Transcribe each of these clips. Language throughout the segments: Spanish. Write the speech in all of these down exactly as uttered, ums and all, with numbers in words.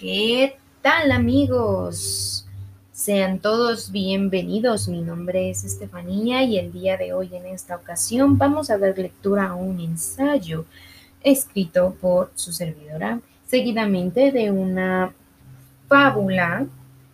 ¿Qué tal, amigos? Sean todos bienvenidos. Mi nombre es Estefanía y el día de hoy en esta ocasión vamos a dar lectura a un ensayo escrito por su servidora, seguidamente de una fábula,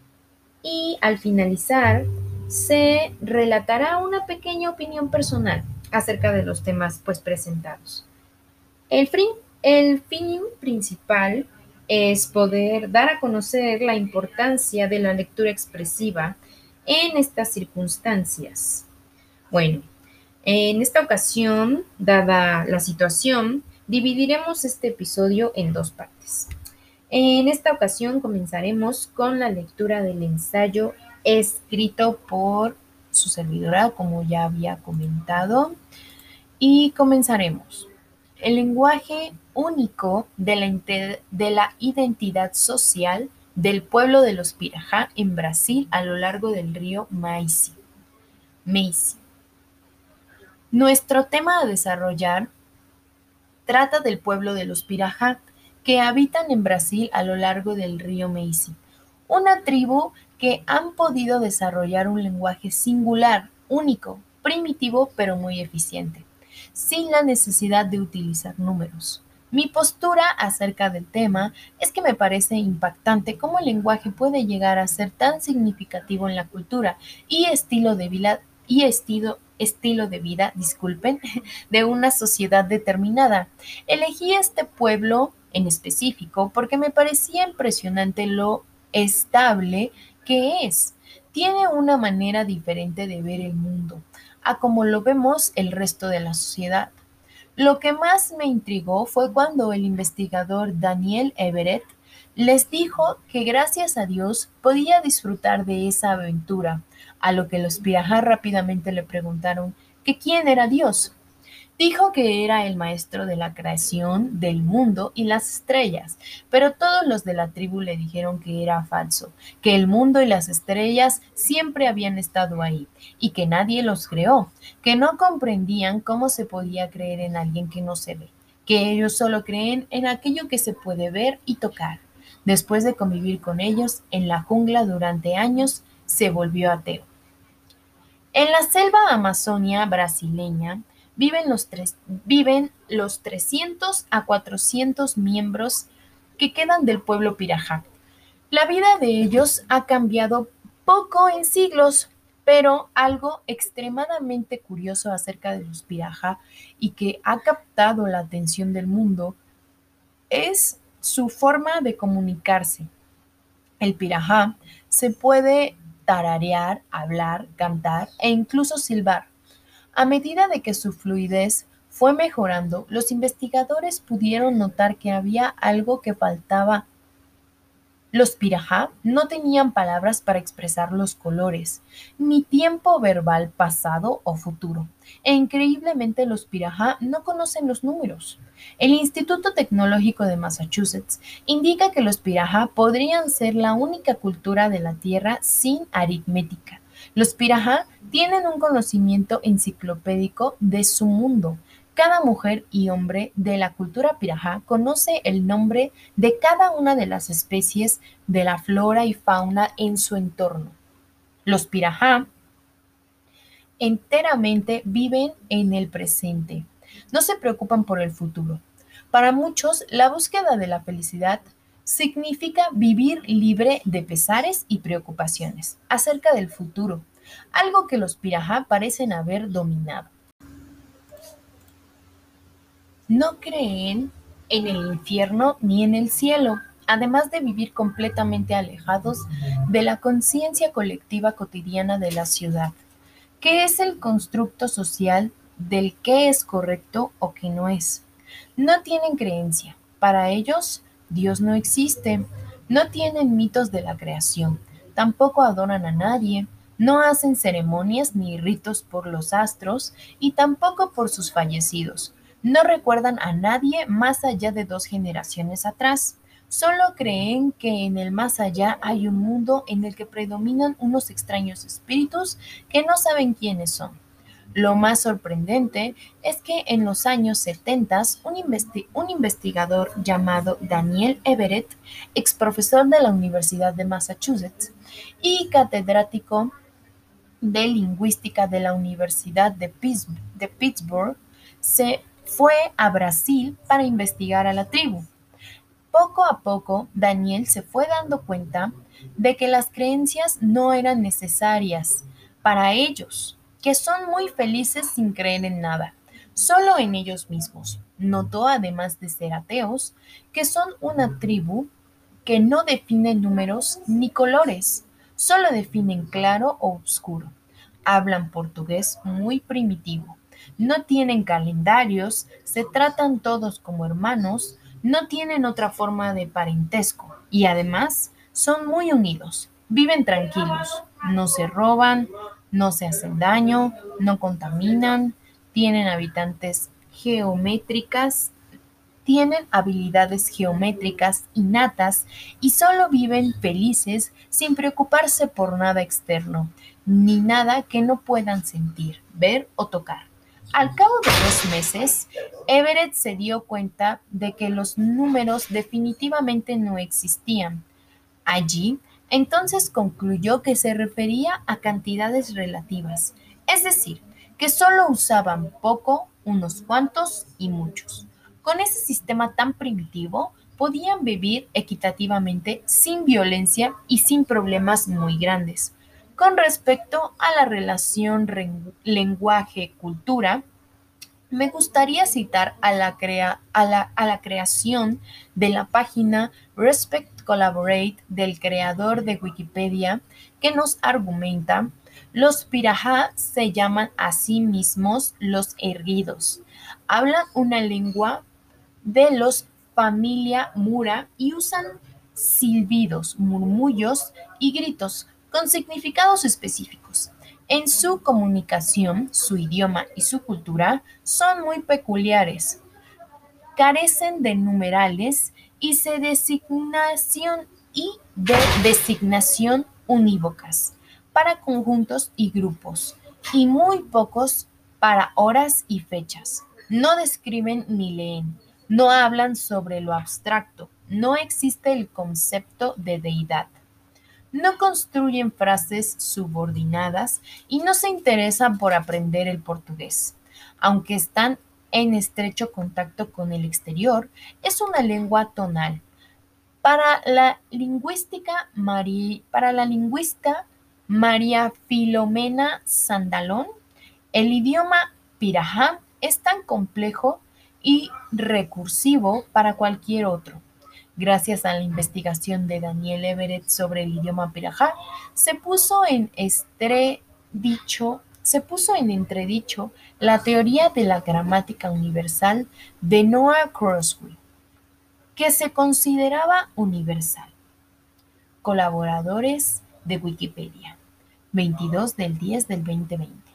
y al finalizar se relatará una pequeña opinión personal acerca de los temas pues presentados. El fin, el fin principal es poder dar a conocer la importancia de la lectura expresiva en estas circunstancias. Bueno, en esta ocasión, dada la situación, dividiremos este episodio en dos partes. En esta ocasión comenzaremos con la lectura del ensayo escrito por su servidora, como ya había comentado, y comenzaremos. El lenguaje único de la, de la identidad social del pueblo de los Pirajá en Brasil a lo largo del río Maici. Maici. Nuestro tema a desarrollar trata del pueblo de los Pirajá que habitan en Brasil a lo largo del río Maici, una tribu que han podido desarrollar un lenguaje singular, único, primitivo pero muy eficiente, sin la necesidad de utilizar números. Mi postura acerca del tema es que me parece impactante cómo el lenguaje puede llegar a ser tan significativo en la cultura y estilo de vida, y estilo, estilo de vida, disculpen, de una sociedad determinada. Elegí este pueblo en específico porque me parecía impresionante lo estable que es. Tiene una manera diferente de ver el mundo a como lo vemos el resto de la sociedad. Lo que más me intrigó fue cuando el investigador Daniel Everett les dijo que gracias a Dios podía disfrutar de esa aventura, a lo que los Pirajá rápidamente le preguntaron que quién era Dios. Dijo que era el maestro de la creación del mundo y las estrellas, pero todos los de la tribu le dijeron que era falso, que el mundo y las estrellas siempre habían estado ahí y que nadie los creó, que no comprendían cómo se podía creer en alguien que no se ve, que ellos solo creen en aquello que se puede ver y tocar. Después de convivir con ellos en la jungla durante años, se volvió ateo. En la selva amazonia brasileña viven los, tres, viven los trescientos a cuatrocientos miembros que quedan del pueblo Pirajá. La vida de ellos ha cambiado poco en siglos, pero algo extremadamente curioso acerca de los Pirajá y que ha captado la atención del mundo es su forma de comunicarse. El Pirajá se puede tararear, hablar, cantar e incluso silbar. A medida de que su fluidez fue mejorando, los investigadores pudieron notar que había algo que faltaba. Los Pirajá no tenían palabras para expresar los colores, ni tiempo verbal pasado o futuro, e increíblemente los Pirajá no conocen los números. El Instituto Tecnológico de Massachusetts indica que los Pirajá podrían ser la única cultura de la Tierra sin aritmética. Los Pirajá tienen un conocimiento enciclopédico de su mundo. Cada mujer y hombre de la cultura Pirajá conoce el nombre de cada una de las especies de la flora y fauna en su entorno. Los Pirajá enteramente viven en el presente. No se preocupan por el futuro. Para muchos, la búsqueda de la felicidad significa vivir libre de pesares y preocupaciones acerca del futuro, algo que los Pirajá parecen haber dominado. No creen en el infierno ni en el cielo, además de vivir completamente alejados de la conciencia colectiva cotidiana de la ciudad, que es el constructo social del qué es correcto o qué no es. No tienen creencia. Para ellos, Dios no existe. No tienen mitos de la creación. Tampoco adoran a nadie. No hacen ceremonias ni ritos por los astros y tampoco por sus fallecidos. No recuerdan a nadie más allá de dos generaciones atrás. Solo creen que en el más allá hay un mundo en el que predominan unos extraños espíritus que no saben quiénes son. Lo más sorprendente es que en los años setenta un, investi- un investigador llamado Daniel Everett, ex profesor de la Universidad de Massachusetts y catedrático de lingüística de la Universidad de, Pitts- de Pittsburgh, se fue a Brasil para investigar a la tribu. Poco a poco, Daniel se fue dando cuenta de que las creencias no eran necesarias para ellos, que son muy felices sin creer en nada, solo en ellos mismos. Notó, además de ser ateos, que son una tribu que no define números ni colores, solo definen claro o oscuro. Hablan portugués muy primitivo. No tienen calendarios, se tratan todos como hermanos, no tienen otra forma de parentesco y además son muy unidos. Viven tranquilos, no se roban, no se hacen daño, no contaminan, tienen habitantes geométricas tienen habilidades geométricas innatas y solo viven felices sin preocuparse por nada externo, ni nada que no puedan sentir, ver o tocar. Al cabo de dos meses, Everett se dio cuenta de que los números definitivamente no existían. Allí, entonces concluyó que se refería a cantidades relativas, es decir, que solo usaban poco, unos cuantos y muchos. Con ese sistema tan primitivo, podían vivir equitativamente sin violencia y sin problemas muy grandes. Con respecto a la relación lenguaje-cultura, me gustaría citar a la, crea- a la- a la creación de la página Respect Collaborate del creador de Wikipedia, que nos argumenta, los Pirahã se llaman a sí mismos los erguidos. Hablan una lengua de los familia Mura y usan silbidos, murmullos y gritos con significados específicos. En su comunicación, su idioma y su cultura son muy peculiares, carecen de numerales y se designación y de designación unívocas para conjuntos y grupos, y muy pocos para horas y fechas. No describen ni leen, no hablan sobre lo abstracto, no existe el concepto de deidad. No construyen frases subordinadas y no se interesan por aprender el portugués. Aunque están en estrecho contacto con el exterior, es una lengua tonal. Para la lingüística Mari- para la lingüista María Filomena Sandalón, el idioma pirahã es tan complejo y recursivo para cualquier otro. Gracias a la investigación de Daniel Everett sobre el idioma pirahã, se puso en entredicho, se puso en entredicho la teoría de la gramática universal de Noah Crosby, que se consideraba universal. Colaboradores de Wikipedia, veintidós del diez del dos mil veinte.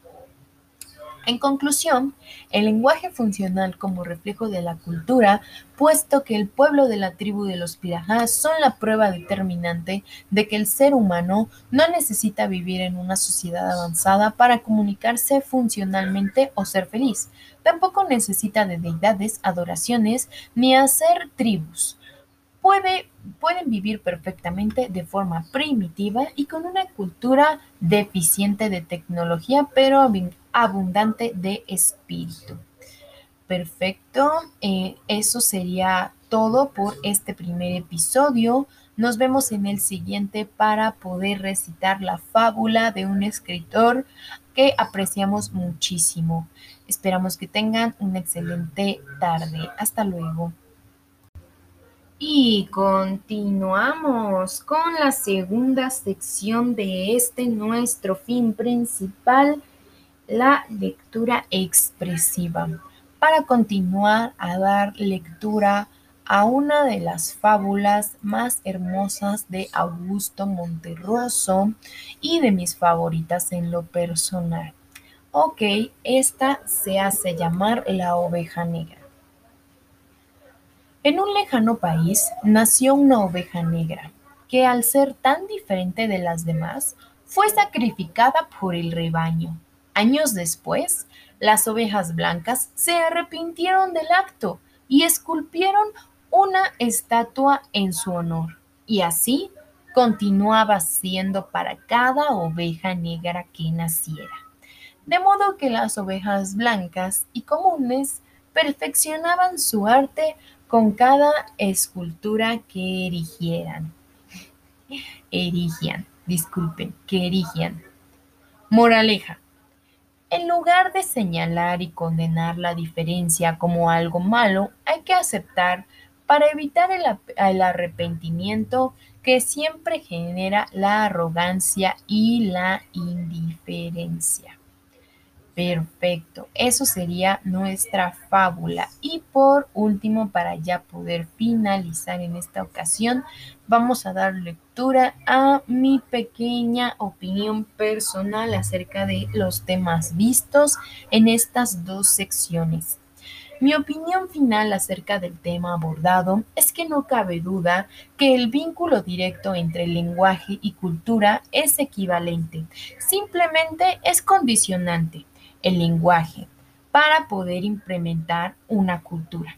En conclusión, el lenguaje funcional como reflejo de la cultura, puesto que el pueblo de la tribu de los Pirahã son la prueba determinante de que el ser humano no necesita vivir en una sociedad avanzada para comunicarse funcionalmente o ser feliz. Tampoco necesita de deidades, adoraciones, ni hacer tribus. Puede, pueden vivir perfectamente de forma primitiva y con una cultura deficiente de tecnología, pero abundante de espíritu. Perfecto, eh, eso sería todo por este primer episodio. Nos vemos en el siguiente para poder recitar la fábula de un escritor que apreciamos muchísimo. Esperamos que tengan una excelente tarde. Hasta luego. Y continuamos con la segunda sección de este nuestro fin principal, la lectura expresiva. Para continuar a dar lectura a una de las fábulas más hermosas de Augusto Monterroso y de mis favoritas en lo personal. Ok, esta se hace llamar La oveja negra. En un lejano país nació una oveja negra, que al ser tan diferente de las demás, fue sacrificada por el rebaño. Años después, las ovejas blancas se arrepintieron del acto y esculpieron una estatua en su honor. Y así continuaba siendo para cada oveja negra que naciera. De modo que las ovejas blancas y comunes perfeccionaban su arte con cada escultura que erigieran. Erigían, disculpen, que erigían. Moraleja. En lugar de señalar y condenar la diferencia como algo malo, hay que aceptar para evitar el, ap- el arrepentimiento que siempre genera la arrogancia y la indiferencia. Perfecto, eso sería nuestra fábula. Y por último, para ya poder finalizar en esta ocasión, vamos a dar lectura a mi pequeña opinión personal acerca de los temas vistos en estas dos secciones. Mi opinión final acerca del tema abordado es que no cabe duda que el vínculo directo entre lenguaje y cultura es equivalente, simplemente es condicionante el lenguaje para poder implementar una cultura.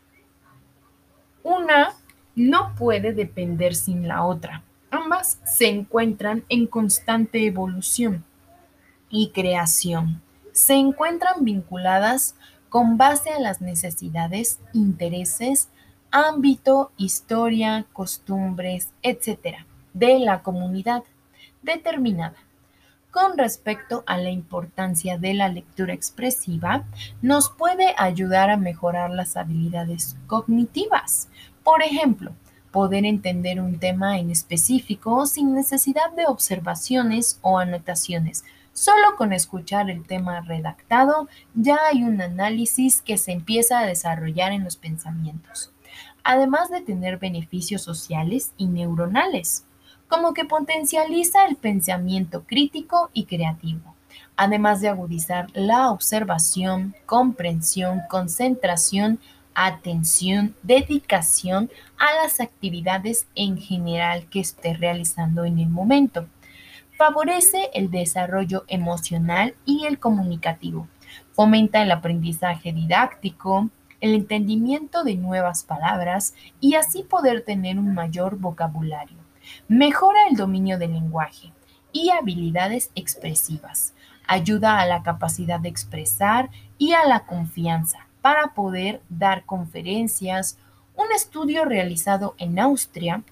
Una no puede depender sin la otra. Ambas se encuentran en constante evolución y creación. Se encuentran vinculadas con base a las necesidades, intereses, ámbito, historia, costumbres, etcétera, de la comunidad determinada. Con respecto a la importancia de la lectura expresiva, nos puede ayudar a mejorar las habilidades cognitivas. Por ejemplo, poder entender un tema en específico sin necesidad de observaciones o anotaciones. Solo con escuchar el tema redactado ya hay un análisis que se empieza a desarrollar en los pensamientos, además de tener beneficios sociales y neuronales, como que potencializa el pensamiento crítico y creativo, además de agudizar la observación, comprensión, concentración, atención, dedicación a las actividades en general que esté realizando en el momento. Favorece el desarrollo emocional y el comunicativo. Fomenta el aprendizaje didáctico, el entendimiento de nuevas palabras y así poder tener un mayor vocabulario. Mejora el dominio del lenguaje y habilidades expresivas. Ayuda a la capacidad de expresar y a la confianza para poder dar conferencias. Un estudio realizado en Austria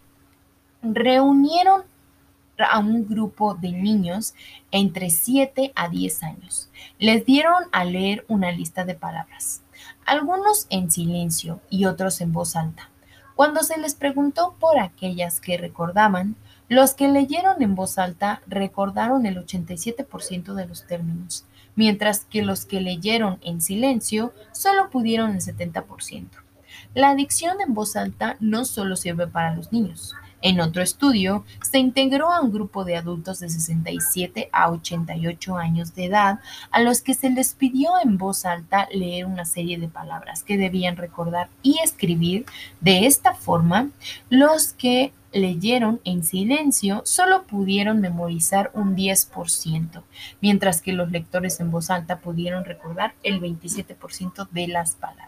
reunieron a un grupo de niños entre siete a diez años. Les dieron a leer una lista de palabras, algunos en silencio y otros en voz alta. Cuando se les preguntó por aquellas que recordaban, los que leyeron en voz alta recordaron el ochenta y siete por ciento de los términos, mientras que los que leyeron en silencio solo pudieron el setenta por ciento. La dicción en voz alta no solo sirve para los niños. En otro estudio, se integró a un grupo de adultos de sesenta y siete a ochenta y ocho años de edad a los que se les pidió en voz alta leer una serie de palabras que debían recordar y escribir. De esta forma, los que leyeron en silencio solo pudieron memorizar un diez por ciento, mientras que los lectores en voz alta pudieron recordar el veintisiete por ciento de las palabras.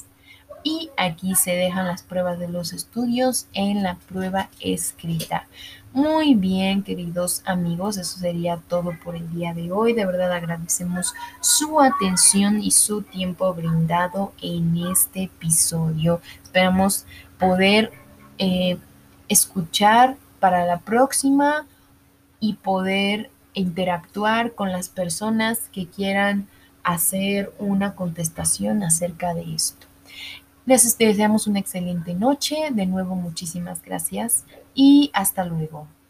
Y aquí se dejan las pruebas de los estudios en la prueba escrita. Muy bien, queridos amigos, eso sería todo por el día de hoy. De verdad agradecemos su atención y su tiempo brindado en este episodio. Esperamos poder eh, escuchar para la próxima y poder interactuar con las personas que quieran hacer una contestación acerca de esto. Les deseamos una excelente noche. De nuevo, muchísimas gracias y hasta luego.